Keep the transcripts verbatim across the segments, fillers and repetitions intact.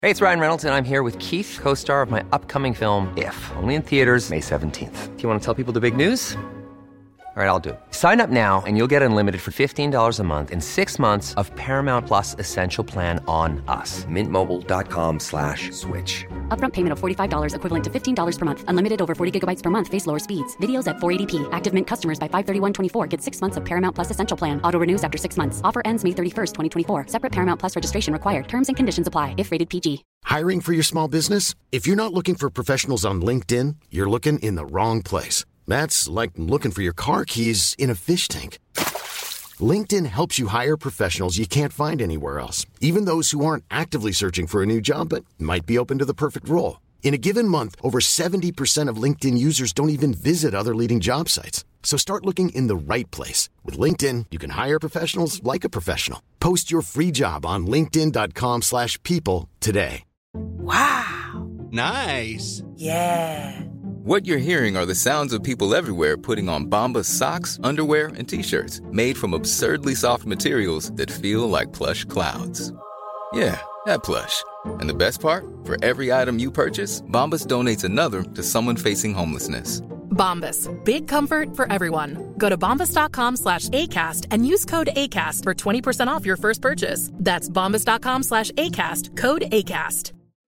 Hey, it's Ryan Reynolds, and I'm here with Keith, co-star of my upcoming film, If, only in theaters May seventeenth. Do you want to tell people the big news? All right, I'll do it. Sign up now and you'll get unlimited for fifteen dollars a month and six months of Paramount Plus Essential Plan on us. Mint Mobile dot com slash switch. Upfront payment of forty-five dollars equivalent to fifteen dollars per month. Unlimited over forty gigabytes per month. Face lower speeds. Videos at four eighty p. Active Mint customers by five thirty-one twenty-four get six months of Paramount Plus Essential Plan. Auto renews after six months. Offer ends May thirty-first, twenty twenty-four. Separate Paramount Plus registration required. Terms and conditions apply if rated P G. Hiring for your small business? If you're not looking for professionals on LinkedIn, you're looking in the wrong place. That's like looking for your car keys in a fish tank. LinkedIn helps you hire professionals you can't find anywhere else, even those who aren't actively searching for a new job but might be open to the perfect role. In a given month, over seventy percent of LinkedIn users don't even visit other leading job sites. So start looking in the right place. With LinkedIn, you can hire professionals like a professional. Post your free job on linkedin dot com slash people today. Wow. Nice. Yeah. What you're hearing are the sounds of people everywhere putting on Bombas socks, underwear, and T-shirts made from absurdly soft materials that feel like plush clouds. Yeah, that plush. And the best part? For every item you purchase, Bombas donates another to someone facing homelessness. Bombas. Big comfort for everyone. Go to bombas dot com slash ACAST and use code ACAST for twenty percent off your first purchase. That's bombas dot com slash ACAST. Code ACAST.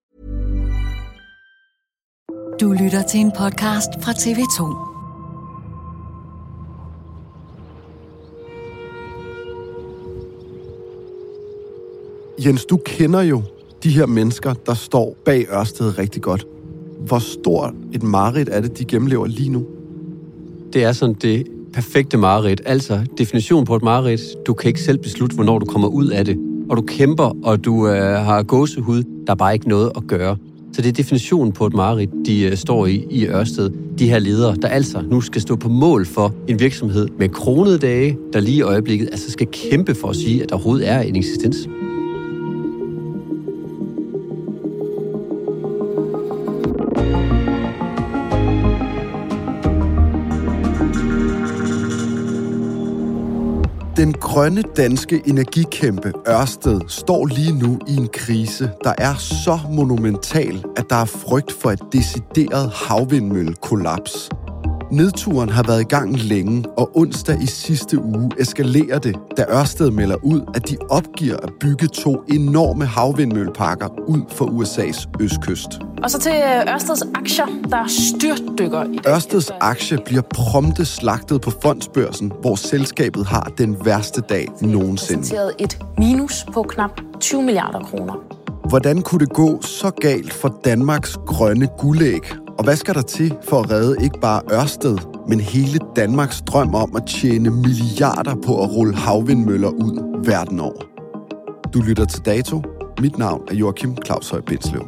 Du lytter til en podcast fra T V to. Jens, du kender jo de her mennesker, der står bag Ørsted rigtig godt. Hvor stort et mareridt er det, de gennemlever lige nu? Det er sådan det perfekte mareridt. Altså, definition på et mareridt. Du kan ikke selv beslutte, hvornår du kommer ud af det. Og du kæmper, og du øh, har gåsehud. Der er bare ikke noget at gøre. Så det er definitionen på et mareridt, de øh, står i i Ørsted. De her ledere, der altså nu skal stå på mål for en virksomhed med kronede dage, der lige i øjeblikket altså skal kæmpe for at sige, at der overhovedet er en eksistens. Den grønne danske energikæmpe Ørsted står lige nu i en krise, der er så monumental, at der er frygt for et decideret havvindmøllekollaps. Nedturen har været i gang længe, og onsdag i sidste uge eskalerer det, da Ørsted melder ud, at de opgiver at bygge to enorme havvindmølleparker ud for U S A's østkyst. Og så til Ørsteds aktier, der styrtdykker i dag. Ørsteds aktie bliver prompte slagtet på fondsbørsen, hvor selskabet har den værste dag nogensinde. Det er et minus på knap tyve milliarder kroner. Hvordan kunne det gå så galt for Danmarks grønne guldæg? Og hvad skal der til for at redde ikke bare Ørsted, men hele Danmarks drøm om at tjene milliarder på at rulle havvindmøller ud verden over? Du lytter til Dato. Mit navn er Joachim Claus Høj Bindslev.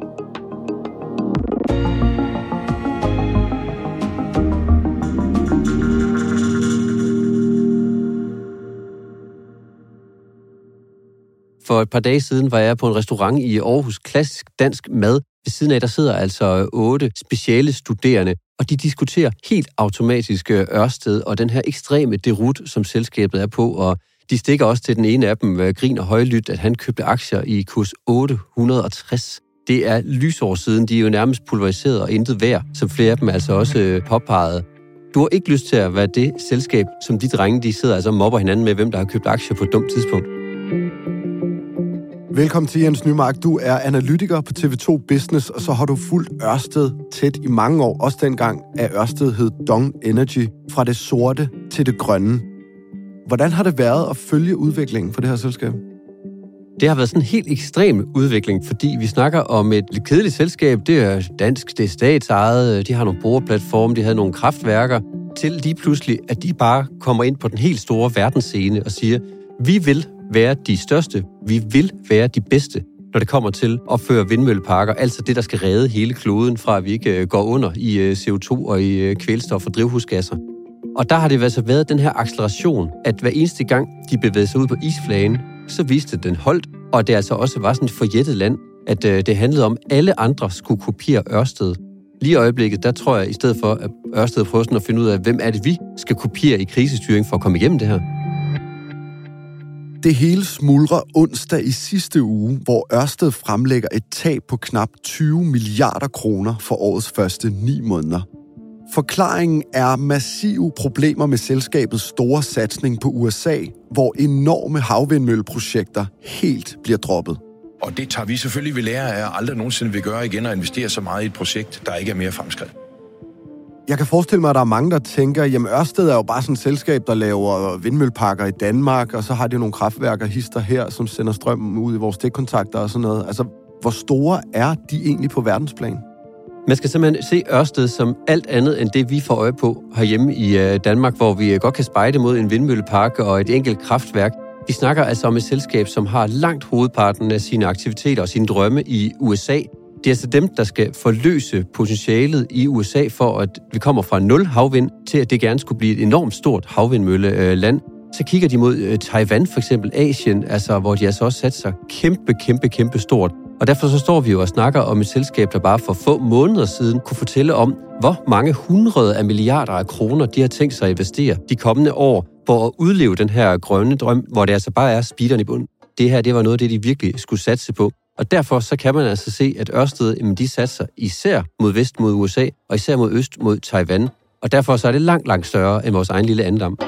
For et par dage siden var jeg på en restaurant i Aarhus, klassisk dansk mad. Ved siden af, der sidder altså otte speciale studerende, og de diskuterer helt automatisk Ørsted og den her ekstreme derut, som selskabet er på. Og de stikker også til den ene af dem, griner højlydt, at han købte aktier i kurs otte hundrede og tres. Det er lysår siden, de er jo nærmest pulveriseret og intet værd, som flere af dem altså også påpegede. Du har ikke lyst til at være det selskab, som de drenge, de sidder altså og mobber hinanden med, hvem der har købt aktier på et dumt tidspunkt. Velkommen til, Jens Nymark. Du er analytiker på T V to Business, og så har du fulgt Ørsted tæt i mange år. Også dengang, at Ørsted hed Dong Energy, fra det sorte til det grønne. Hvordan har det været at følge udviklingen for det her selskab? Det har været sådan en helt ekstrem udvikling, fordi vi snakker om et lidt kedeligt selskab. Det er dansk, det er statsejet, de har nogle boreplatforme, de havde nogle kraftværker, til lige pludselig, at de bare kommer ind på den helt store verdensscene og siger, vi vil være de største, vi vil være de bedste, når det kommer til at føre vindmølleparker, altså det, der skal redde hele kloden fra, at vi ikke går under i C O to og i kvælstof og drivhusgasser. Og der har det altså været den her acceleration, at hver eneste gang, de bevægede sig ud på isflagen, så viste den holdt, og det altså også var sådan et forjættet land, at det handlede om, at alle andre skulle kopiere Ørsted. Lige i øjeblikket, der tror jeg, i stedet for, at Ørsted prøver sådan at finde ud af, hvem er det, vi skal kopiere i krisestyring for at komme igennem det her. Det hele smuldrer onsdag i sidste uge, hvor Ørsted fremlægger et tab på knap tyve milliarder kroner for årets første ni måneder. Forklaringen er massive problemer med selskabets store satsning på U S A, hvor enorme havvindmølleprojekter helt bliver droppet. Og det tager vi selvfølgelig ved lære af, og aldrig nogensinde vil gøre igen og investere så meget i et projekt, der ikke er mere fremskrevet. Jeg kan forestille mig, at der er mange, der tænker, jamen Ørsted er jo bare sådan et selskab, der laver vindmølleparker i Danmark, og så har de nogle kraftværker hister her, som sender strøm ud i vores stikkontakter og sådan noget. Altså, hvor store er de egentlig på verdensplan? Man skal simpelthen se Ørsted som alt andet end det, vi får øje på herhjemme i Danmark, hvor vi godt kan spejde mod en vindmøllepark og et enkelt kraftværk. Vi snakker altså om et selskab, som har langt hovedparten af sine aktiviteter og sine drømme i U S A. Det er altså dem, der skal forløse potentialet i U S A for, at vi kommer fra nul havvind til, at det gerne skulle blive et enormt stort havvindmølleland. Så kigger de mod Taiwan, for eksempel Asien, altså, hvor de altså også sat sig kæmpe, kæmpe, kæmpe stort. Og derfor så står vi jo og snakker om et selskab, der bare for få måneder siden kunne fortælle om, hvor mange hundrede af milliarder af kroner de har tænkt sig at investere de kommende år for at udleve den her grønne drøm, hvor det altså bare er speederen i bunden. Det her, det var noget af det, de virkelig skulle satse på. Og derfor så kan man altså se, at Ørsted, jamen, de satser især mod vest mod U S A, og især mod øst mod Taiwan. Og derfor så er det langt, langt større end vores egen lille andedam.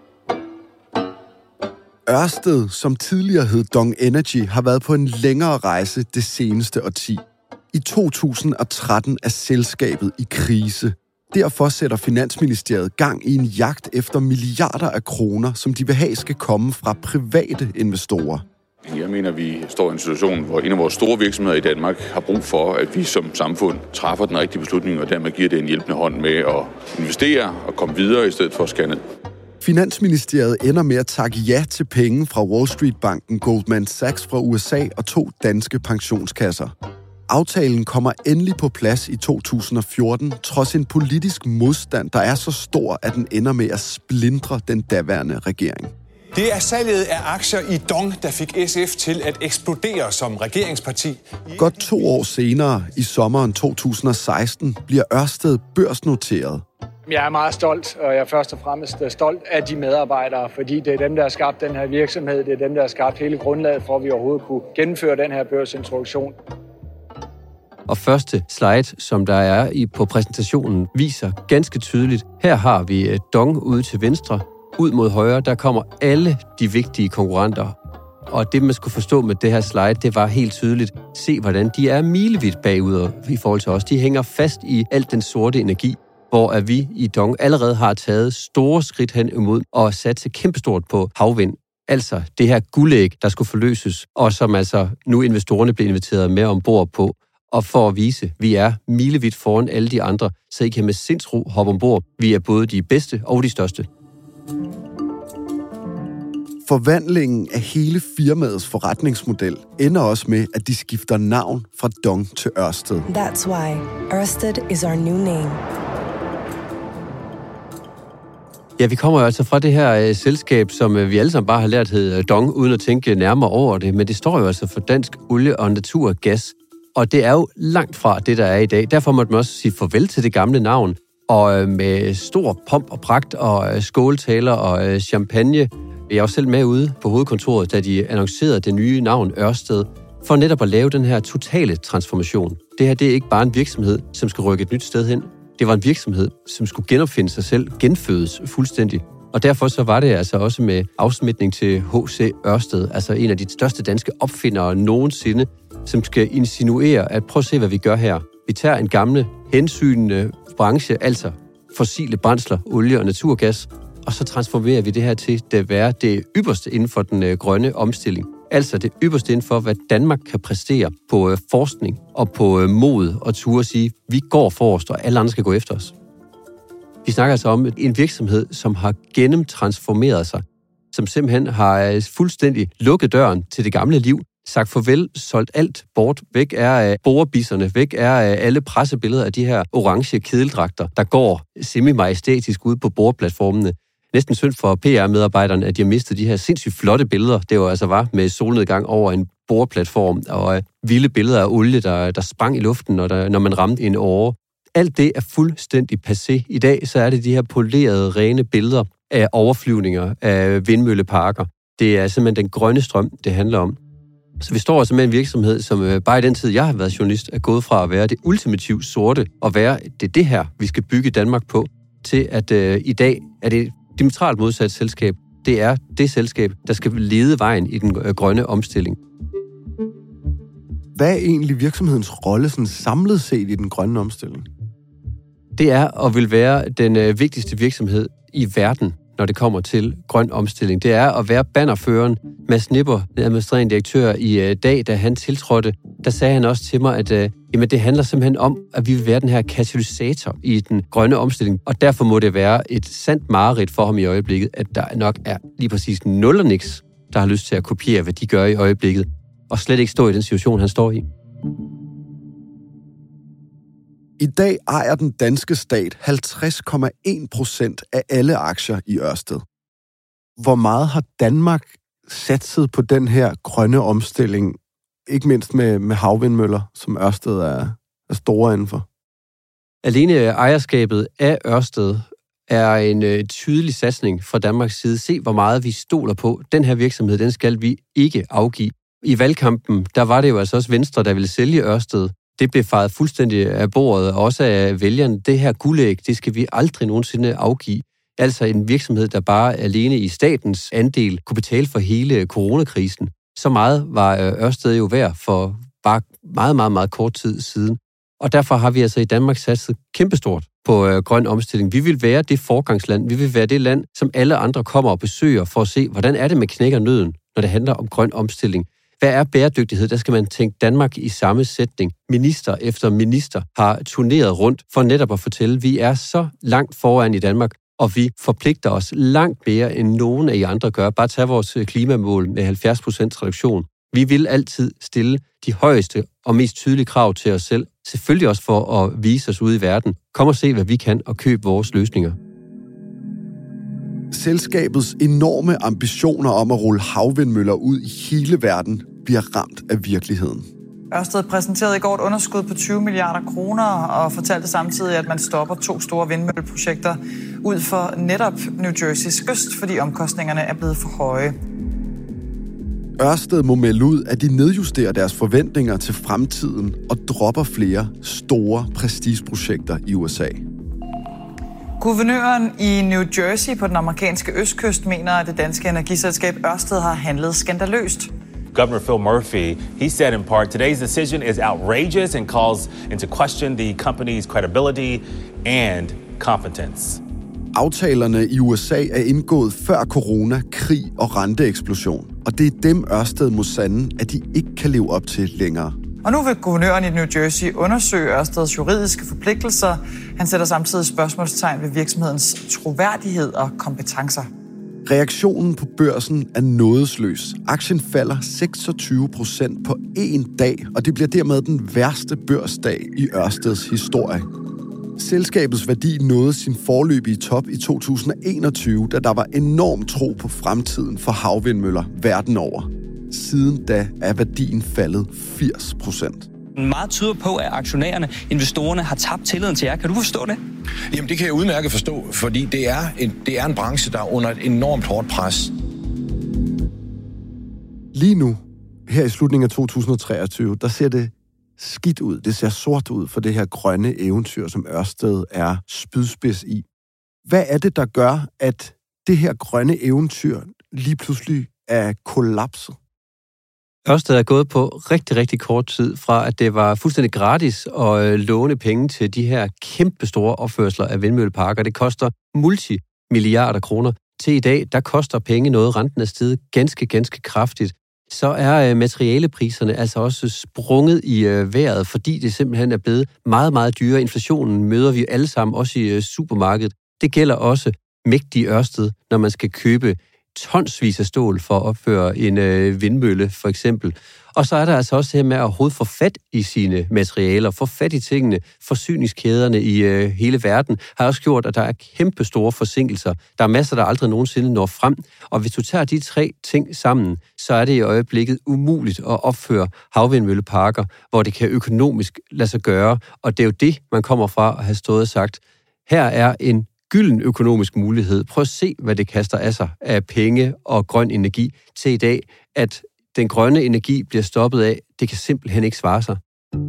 Ørsted, som tidligere hed Dong Energy, har været på en længere rejse det seneste årti. I to tusind og tretten er selskabet i krise. Derfor sætter Finansministeriet gang i en jagt efter milliarder af kroner, som de vil have skal komme fra private investorer. Jeg mener, vi står i en situation, hvor en af vores store virksomheder i Danmark har brug for, at vi som samfund træffer den rigtige beslutning, og dermed giver det en hjælpende hånd med at investere og komme videre i stedet for at skære ned. Finansministeriet ender med at takke ja til penge fra Wall Street-banken Goldman Sachs fra U S A og to danske pensionskasser. Aftalen kommer endelig på plads i to tusind og fjorten, trods en politisk modstand, der er så stor, at den ender med at splintre den daværende regering. Det er salget af aktier i Dong, der fik S F til at eksplodere som regeringsparti. Godt to år senere, i sommeren to tusind og seksten, bliver Ørsted børsnoteret. Jeg er meget stolt, og jeg er først og fremmest stolt af de medarbejdere, fordi det er dem, der har skabt den her virksomhed, det er dem, der har skabt hele grundlaget for, at vi overhovedet kunne gennemføre den her børsintroduktion. Og første slide, som der er i på præsentationen, viser ganske tydeligt, her har vi Dong ude til venstre, ud mod højre, der kommer alle de vigtige konkurrenter. Og det, man skulle forstå med det her slide, det var helt tydeligt. Se, hvordan de er milevidt bagud i forhold til os. De hænger fast i alt den sorte energi, hvor at vi i Dong allerede har taget store skridt hen imod og sat sig kæmpestort på havvind. Altså det her guldæg, der skulle forløses, og som altså nu investorerne bliver inviteret med ombord på. Og for at vise, at vi er milevidt foran alle de andre, så I kan med sindsro hoppe ombord. Vi er både de bedste og de største. Forvandlingen af hele firmaets forretningsmodel ender også med, at de skifter navn fra Dong til Ørsted. That's why Ørsted is our new name. Ja, vi kommer jo altså fra det her uh, selskab, som uh, vi alle sammen bare har lært hed uh, Dong, uden at tænke nærmere over det. Men det står jo altså for Dansk Olie og Naturgas. Og det er jo langt fra det, der er i dag. Derfor måtte man også sige farvel til det gamle navn. Og uh, med stor pomp og pragt og uh, skåltaler og uh, champagne. Jeg var selv med ude på hovedkontoret, da de annoncerede det nye navn Ørsted, for netop at lave den her totale transformation. Det her, det er ikke bare en virksomhed, som skal rykke et nyt sted hen. Det var en virksomhed, som skulle genopfinde sig selv, genfødes fuldstændig. Og derfor så var det altså også med afsmitning til H C Ørsted, altså en af de største danske opfindere nogensinde, som skal insinuere, at prøv at se, hvad vi gør her. Vi tager en gamle, hensynende branche, altså fossile brændsler, olie og naturgas, og så transformerer vi det her til at være det ypperste inden for den øh, grønne omstilling. Altså det ypperste inden for, hvad Danmark kan præstere på øh, forskning og på øh, mod og turde at sige, vi går forrest, og alle andre skal gå efter os. Vi snakker altså om en virksomhed, som har gennemtransformeret sig, som simpelthen har øh, fuldstændig lukket døren til det gamle liv, sagt farvel, solgt alt bort, væk er øh, borebisserne, væk er øh, alle pressebilleder af de her orange kedeldragter, der går semi-majestætisk ude på boreplatformene. Næsten synd for P R-medarbejderne, at de har mistet de her sindssygt flotte billeder, det jo altså var med solnedgang over en boreplatform, og øh, vilde billeder af olie, der, der sprang i luften, når, der, når man ramte en åre. Alt det er fuldstændig passé. I dag så er det de her polerede, rene billeder af overflyvninger af vindmølleparker. Det er simpelthen den grønne strøm, det handler om. Så vi står altså med en virksomhed, som øh, bare i den tid, jeg har været journalist, er gået fra at være det ultimativt sorte, og være det det her, vi skal bygge Danmark på, til at øh, i dag er det diametralt modsat selskab. Det er det selskab, der skal lede vejen i den øh, grønne omstilling. Hvad er egentlig virksomhedens rolle sådan samlet set i den grønne omstilling? Det er og vil være den øh, vigtigste virksomhed i verden, når det kommer til grøn omstilling. Det er at være bannerføreren. Mads Nipper, administrerende direktør i øh, dag, da han tiltrådte, der sagde han også til mig, at øh, jamen, det handler simpelthen om, at vi vil være den her katalysator i den grønne omstilling. Og derfor må det være et sandt mareridt for ham i øjeblikket, at der nok er lige præcis nul og niks, der har lyst til at kopiere, hvad de gør i øjeblikket, og slet ikke stå i den situation, han står i. I dag ejer den danske stat halvtreds komma en procent af alle aktier i Ørsted. Hvor meget har Danmark satset på den her grønne omstilling, ikke mindst med, med havvindmøller, som Ørsted er, er store indenfor? Alene ejerskabet af Ørsted er en øh, tydelig satsning fra Danmarks side. Se, hvor meget vi stoler på. Den her virksomhed, den skal vi ikke afgive. I valgkampen, der var det jo altså også Venstre, der ville sælge Ørsted. Det blev faret fuldstændig af bordet, også af vælgerne. Det her guldæg, det skal vi aldrig nogensinde afgive. Altså en virksomhed, der bare alene i statens andel kunne betale for hele coronakrisen. Så meget var Ørsted jo værd for bare meget, meget, meget kort tid siden. Og derfor har vi altså i Danmark satset kæmpestort på øh, grøn omstilling. Vi vil være det forgangsland. Vi vil være det land, som alle andre kommer og besøger for at se, hvordan er det med knækker nøden, når det handler om grøn omstilling. Hvad er bæredygtighed? Der skal man tænke Danmark i samme sætning. Minister efter minister har turneret rundt for netop at fortælle, at vi er så langt foran i Danmark, og vi forpligter os langt mere, end nogen af jer andre gør. Bare tag vores klimamål med halvfjerds procent reduktion. Vi vil altid stille de højeste og mest tydelige krav til os selv. Selvfølgelig også for at vise os ude i verden. Kom og se, hvad vi kan, og køb vores løsninger. Selskabets enorme ambitioner om at rulle havvindmøller ud i hele verden bliver ramt af virkeligheden. Ørsted præsenterede i går et underskud på tyve milliarder kroner og fortalte samtidig, at man stopper to store vindmølleprojekter ud for netop New Jerseys kyst, fordi omkostningerne er blevet for høje. Ørsted må melde ud, at de nedjusterer deres forventninger til fremtiden og dropper flere store prestigeprojekter i U S A. Guvernøren i New Jersey på den amerikanske østkyst mener, at det danske energiselskab Ørsted har handlet skandaløst. Governor Phil Murphy, he said in part, today's decision is outrageous and calls into question the company's credibility and competence. Aftalerne i U S A er indgået før corona, krig og renteeksplosion. Og det er dem Ørsted må sande, at de ikke kan leve op til længere. Og nu vil guvernøren i New Jersey undersøge Ørsteds juridiske forpligtelser. Han sætter samtidig spørgsmålstegn ved virksomhedens troværdighed og kompetencer. Reaktionen på børsen er nådesløs. Aktien falder seksogtyve procent på én dag, og det bliver dermed den værste børsdag i Ørsteds historie. Selskabets værdi nåede sin forløbige top i to tusind og enogtyve, da der var enorm tro på fremtiden for havvindmøller verden over. Siden da er værdien faldet firs procent. Meget tyder på, at aktionærerne, investorerne har tabt tilliden til jer. Kan du forstå det? Jamen, det kan jeg udmærket forstå, fordi det er en, det er en branche, der er under et enormt hårdt pres. Lige nu, her i slutningen af to tusind og treogtyve, der ser det skidt ud. Det ser sort ud for det her grønne eventyr, som Ørsted er spydspids i. Hvad er det, der gør, at det her grønne eventyr lige pludselig er kollapset? Ørsted er gået på rigtig, rigtig kort tid fra, at det var fuldstændig gratis at låne penge til de her kæmpe store opførsler af vindmølleparker. Det koster multimilliarder kroner. Til i dag, der koster penge noget. Renten er steget ganske, ganske kraftigt. Så er materialepriserne altså også sprunget i vejret, fordi det simpelthen er blevet meget, meget dyre. Inflationen møder vi alle sammen, også i supermarkedet. Det gælder også mægtig Ørsted, når man skal købe tonsvis af stål for at opføre en øh, vindmølle, for eksempel. Og så er der altså også det her med at overhovedet få fat i sine materialer, få fat i tingene. Forsyningskæderne i øh, hele verden har også gjort, at der er kæmpe store forsinkelser. Der er masser, der aldrig nogensinde når frem. Og hvis du tager de tre ting sammen, så er det i øjeblikket umuligt at opføre havvindmølleparker, hvor det kan økonomisk lade sig gøre. Og det er jo det, man kommer fra at have stået og sagt. Her er en gylden økonomisk mulighed. Prøv at se, hvad det kaster af sig af penge og grøn energi til i dag, at den grønne energi bliver stoppet af. Det kan simpelthen ikke svare sig.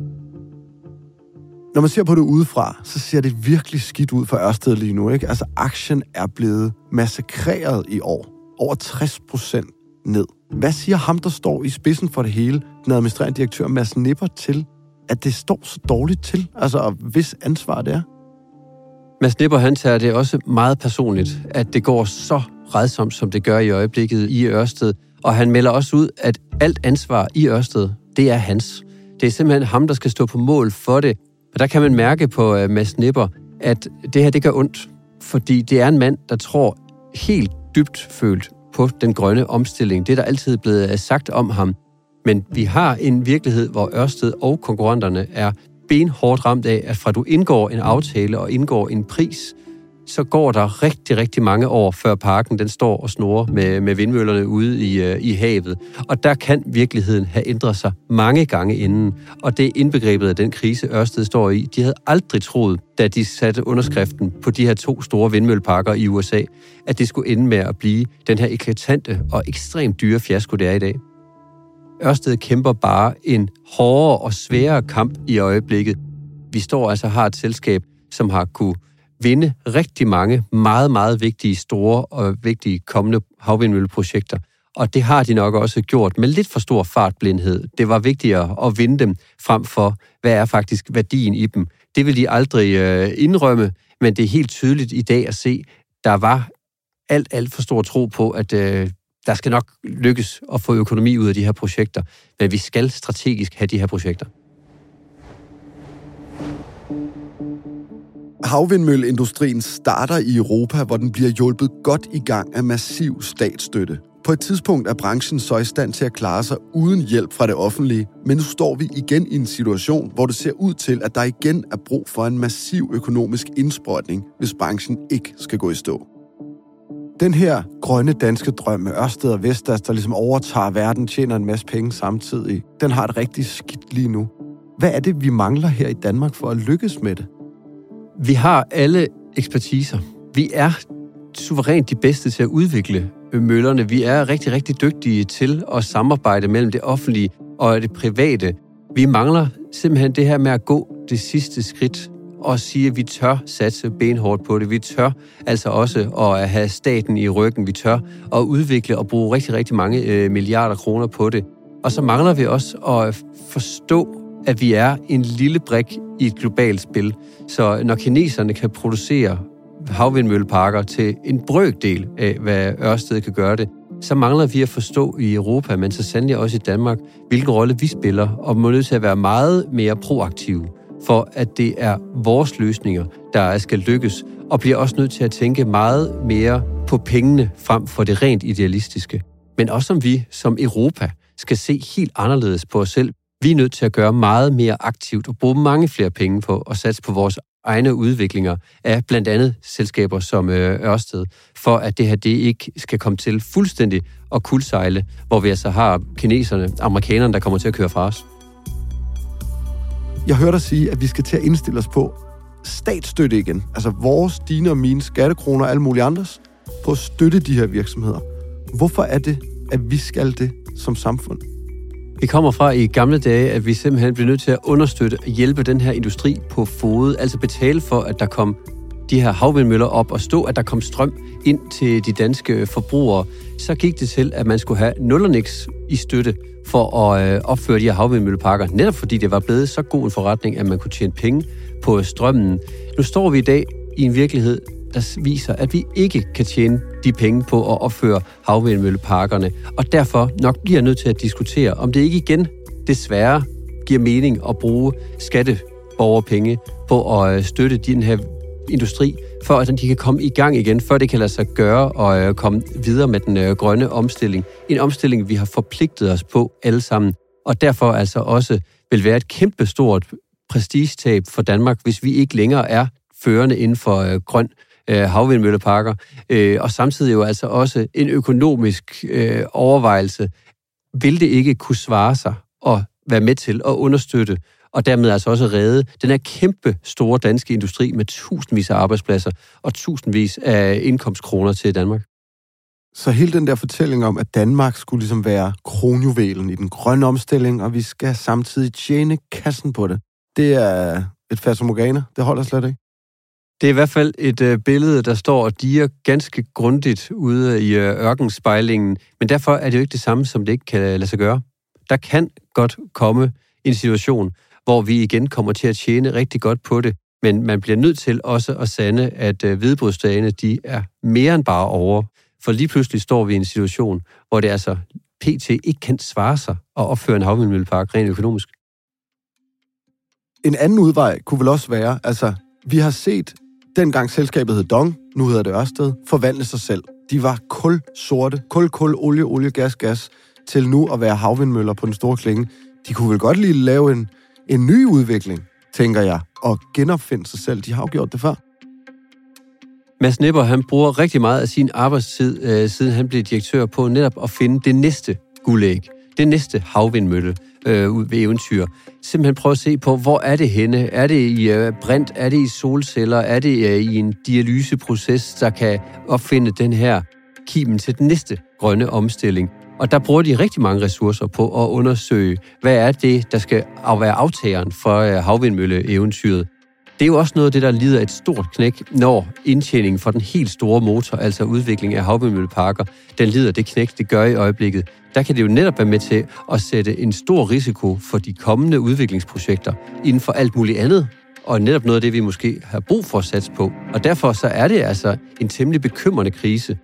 Når man ser på det udefra, så ser det virkelig skidt ud for Ørsted lige nu, ikke? Altså, aktien er blevet massakreret i år. Over tres procent ned. Hvad siger ham, der står i spidsen for det hele, den administrerende direktør Mads Nipper, til, at det står så dårligt til? Altså, og hvis ansvar det er? Mads Nipper, han tager det også meget personligt, at det går så rædsomt, som det gør i øjeblikket i Ørsted. Og han melder også ud, at alt ansvar i Ørsted, det er hans. Det er simpelthen ham, der skal stå på mål for det. Og der kan man mærke på uh, Mads Nipper, at det her, det gør ondt. Fordi det er en mand, der tror helt dybt følt på den grønne omstilling. Det er der altid blevet sagt om ham. Men vi har en virkelighed, hvor Ørsted og konkurrenterne er benhårdt ramt af, at fra du indgår en aftale og indgår en pris, så går der rigtig, rigtig mange år, før parken den står og snorer med, med vindmøllerne ude i, uh, i havet. Og der kan virkeligheden have ændret sig mange gange inden. Og det er indbegrebet af den krise, Ørsted står i. De havde aldrig troet, da de satte underskriften på de her to store vindmølleparker i U S A, at det skulle ende med at blive den her eklatante og ekstremt dyre fiasko, det er i dag. Ørsted kæmper bare en hårdere og sværere kamp i øjeblikket. Vi står altså har et selskab, som har kunne vinde rigtig mange meget, meget vigtige, store og vigtige kommende havvindmølleprojekter. Og det har de nok også gjort med lidt for stor fartblindhed. Det var vigtigere at vinde dem frem for, hvad er faktisk værdien i dem. Det vil de aldrig øh, indrømme, men det er helt tydeligt i dag at se, der var alt, alt for stor tro på, at øh, der skal nok lykkes at få økonomi ud af de her projekter. Men vi skal strategisk have de her projekter. Havvindmølleindustrien starter i Europa, hvor den bliver hjulpet godt i gang af massiv statsstøtte. På et tidspunkt er branchen så i stand til at klare sig uden hjælp fra det offentlige, men nu står vi igen i en situation, hvor det ser ud til, at der igen er brug for en massiv økonomisk indsprøjtning, hvis branchen ikke skal gå i stå. Den her grønne danske drøm med Ørsted og Vestas, der ligesom overtager verden, tjener en masse penge samtidig, den har et rigtig skidt lige nu. Hvad er det, vi mangler her i Danmark for at lykkes med det? Vi har alle ekspertiser. Vi er suverænt de bedste til at udvikle møllerne. Vi er rigtig, rigtig dygtige til at samarbejde mellem det offentlige og det private. Vi mangler simpelthen det her med at gå det sidste skridt og sige, at vi tør satse benhårdt på det. Vi tør altså også at have staten i ryggen. Vi tør at udvikle og bruge rigtig, rigtig mange øh, milliarder kroner på det. Og så mangler vi også at forstå, at vi er en lille brik i et globalt spil. Så når kineserne kan producere havvindmølleparker til en brøkdel af, hvad Ørsted kan gøre det, så mangler vi at forstå i Europa, men så sandelig også i Danmark, hvilken rolle vi spiller, og må nødt til at være meget mere proaktive, for at det er vores løsninger, der skal lykkes, og bliver også nødt til at tænke meget mere på pengene frem for det rent idealistiske. Men også som vi, som Europa, skal se helt anderledes på os selv. Vi er nødt til at gøre meget mere aktivt og bruge mange flere penge på at satse på vores egne udviklinger af blandt andet selskaber som Ørsted, for at det her det ikke skal komme til fuldstændig at kuldsejle, hvor vi altså har kineserne, amerikanerne, der kommer til at køre fra os. Jeg hørte dig sige, at vi skal til at indstille os på statsstøtte igen. Altså vores, dine og mine skattekroner og alle mulige andres på at støtte de her virksomheder. Hvorfor er det, at vi skal det som samfund? Vi kommer fra i gamle dage, at vi simpelthen bliver nødt til at understøtte og hjælpe den her industri på fode. Altså betale for, at der kom de her havvindmøller op og stå, at der kom strøm ind til de danske forbrugere. Så gik det til, at man skulle have nul og niks i støtte for at opføre de her havvindmølleparker. Netop fordi det var blevet så god en forretning, at man kunne tjene penge på strømmen. Nu står vi i dag i en virkelighed, der viser, at vi ikke kan tjene de penge på at opføre havvindmølleparkerne. Og derfor nok bliver nødt til at diskutere, om det ikke igen desværre giver mening at bruge skatteborgerpenge på at støtte den her industri, for at de kan komme i gang igen, før det kan lade sig gøre og komme videre med den grønne omstilling. En omstilling, vi har forpligtet os på alle sammen, og derfor altså også vil være et kæmpestort prestigetab for Danmark, hvis vi ikke længere er førende inden for grøn havvindmølleparker, øh, og samtidig jo altså også en økonomisk øh, overvejelse. Vil det ikke kunne svare sig at være med til at understøtte og dermed altså også redde den her kæmpe store danske industri med tusindvis af arbejdspladser og tusindvis af indkomstkroner til Danmark. Så hele den der fortælling om, at Danmark skulle ligesom være kronjuvelen i den grønne omstilling, og vi skal samtidig tjene kassen på det, det er et fatamorgana. Det holder slet ikke. Det er i hvert fald et øh, billede, der står og diger ganske grundigt ude i øh, ørkenspejlingen, men derfor er det jo ikke det samme, som det ikke kan lade sig gøre. Der kan godt komme en situation, hvor vi igen kommer til at tjene rigtig godt på det, men man bliver nødt til også at sande, at øh, hvidebrudsdagene, de er mere end bare over. For lige pludselig står vi i en situation, hvor det altså P T ikke kan svare sig at opføre en havvindmøllepark rent økonomisk. En anden udvej kunne vel også være, altså, vi har set, dengang selskabet hed Dong, nu hedder det Ørsted, forvandle sig selv. De var kul sorte, kul, kul, olie, olie, gas, gas, til nu at være havvindmøller på den store klinge. De kunne vel godt lige lave en, en ny udvikling, tænker jeg, og genopfinde sig selv. De har jo gjort det før. Mads Nipper, han bruger rigtig meget af sin arbejdstid, øh, siden han blev direktør på netop at finde det næste guldæg, det næste havvindmølle øh, ud ved eventyr. Simpelthen prøve at se på, hvor er det henne? Er det i øh, brint? Er det i solceller? Er det øh, i en dialyseproces, der kan opfinde den her kimen til den næste grønne omstilling? Og der bruger de rigtig mange ressourcer på at undersøge, hvad er det, der skal være aftageren for øh, havvindmølle-eventyret. Det er jo også noget af det, der lider et stort knæk, når indtjeningen for den helt store motor, altså udvikling af havvindmølleparker, den lider det knæk, det gør i øjeblikket. Der kan det jo netop være med til at sætte en stor risiko for de kommende udviklingsprojekter inden for alt muligt andet, og netop noget af det, vi måske har brug for at satse på. Og derfor så er det altså en temmelig bekymrende krise.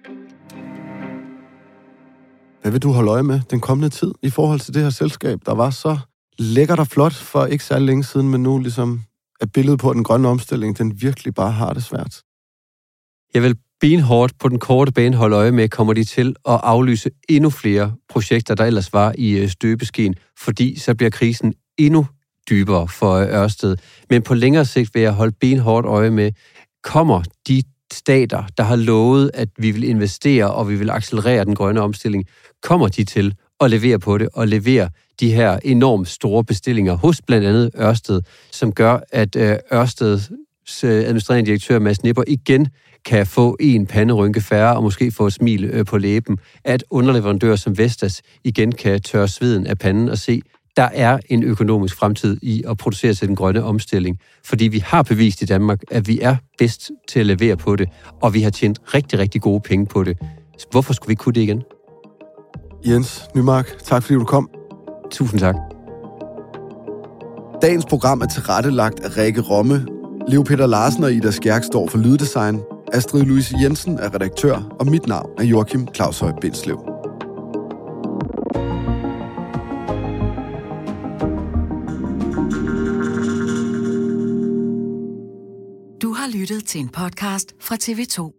Hvad vil du holde øje med den kommende tid i forhold til det her selskab, der var så lækkert og flot for ikke så længe siden, men nu ligesom er billedet på, at den grønne omstilling, den virkelig bare har det svært? Jeg vil benhårdt på den korte bane holde øje med, kommer de til at aflyse endnu flere projekter, der ellers var i støbeskeen, fordi så bliver krisen endnu dybere for Ørsted. Men på længere sigt vil jeg holde benhårdt øje med, kommer de stater, der har lovet, at vi vil investere og vi vil accelerere den grønne omstilling, kommer de til at levere på det og levere de her enormt store bestillinger hos blandt andet Ørsted, som gør, at Ørsteds administrerende direktør Mads Nipper igen kan få en panderynke færre og måske få et smil på læben, at underleverandører som Vestas igen kan tørre sveden af panden og se, der er en økonomisk fremtid i at producere til den grønne omstilling, fordi vi har bevist i Danmark, at vi er bedst til at levere på det, og vi har tjent rigtig, rigtig gode penge på det. Hvorfor skulle vi kunne det igen? Jens Nymark, tak fordi du kom. Tusind tak. Dagens program er tilrettelagt af Rikke Romme. Leo Peter Larsen og Ida Skjærk står for lyddesign. Astrid Louise Jensen er redaktør, og mit navn er Joachim Claus Høj Bindslev. Du har lyttet til en podcast fra T V to.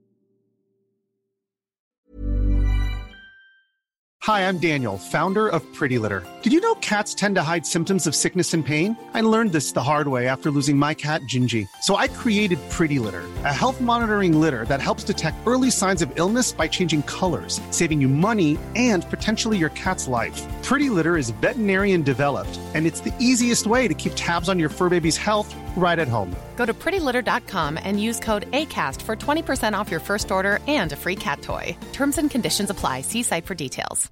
Hi, I'm Daniel, founder of Pretty Litter. Did you know cats tend to hide symptoms of sickness and pain? I learned this the hard way after losing my cat, Gingy. So I created Pretty Litter, a health monitoring litter that helps detect early signs of illness by changing colors, saving you money and potentially your cat's life. Pretty Litter is veterinarian developed, and it's the easiest way to keep tabs on your fur baby's health right at home. Go to pretty litter dot com and use code ACAST for twenty percent off your first order and a free cat toy. Terms and conditions apply. See site for details.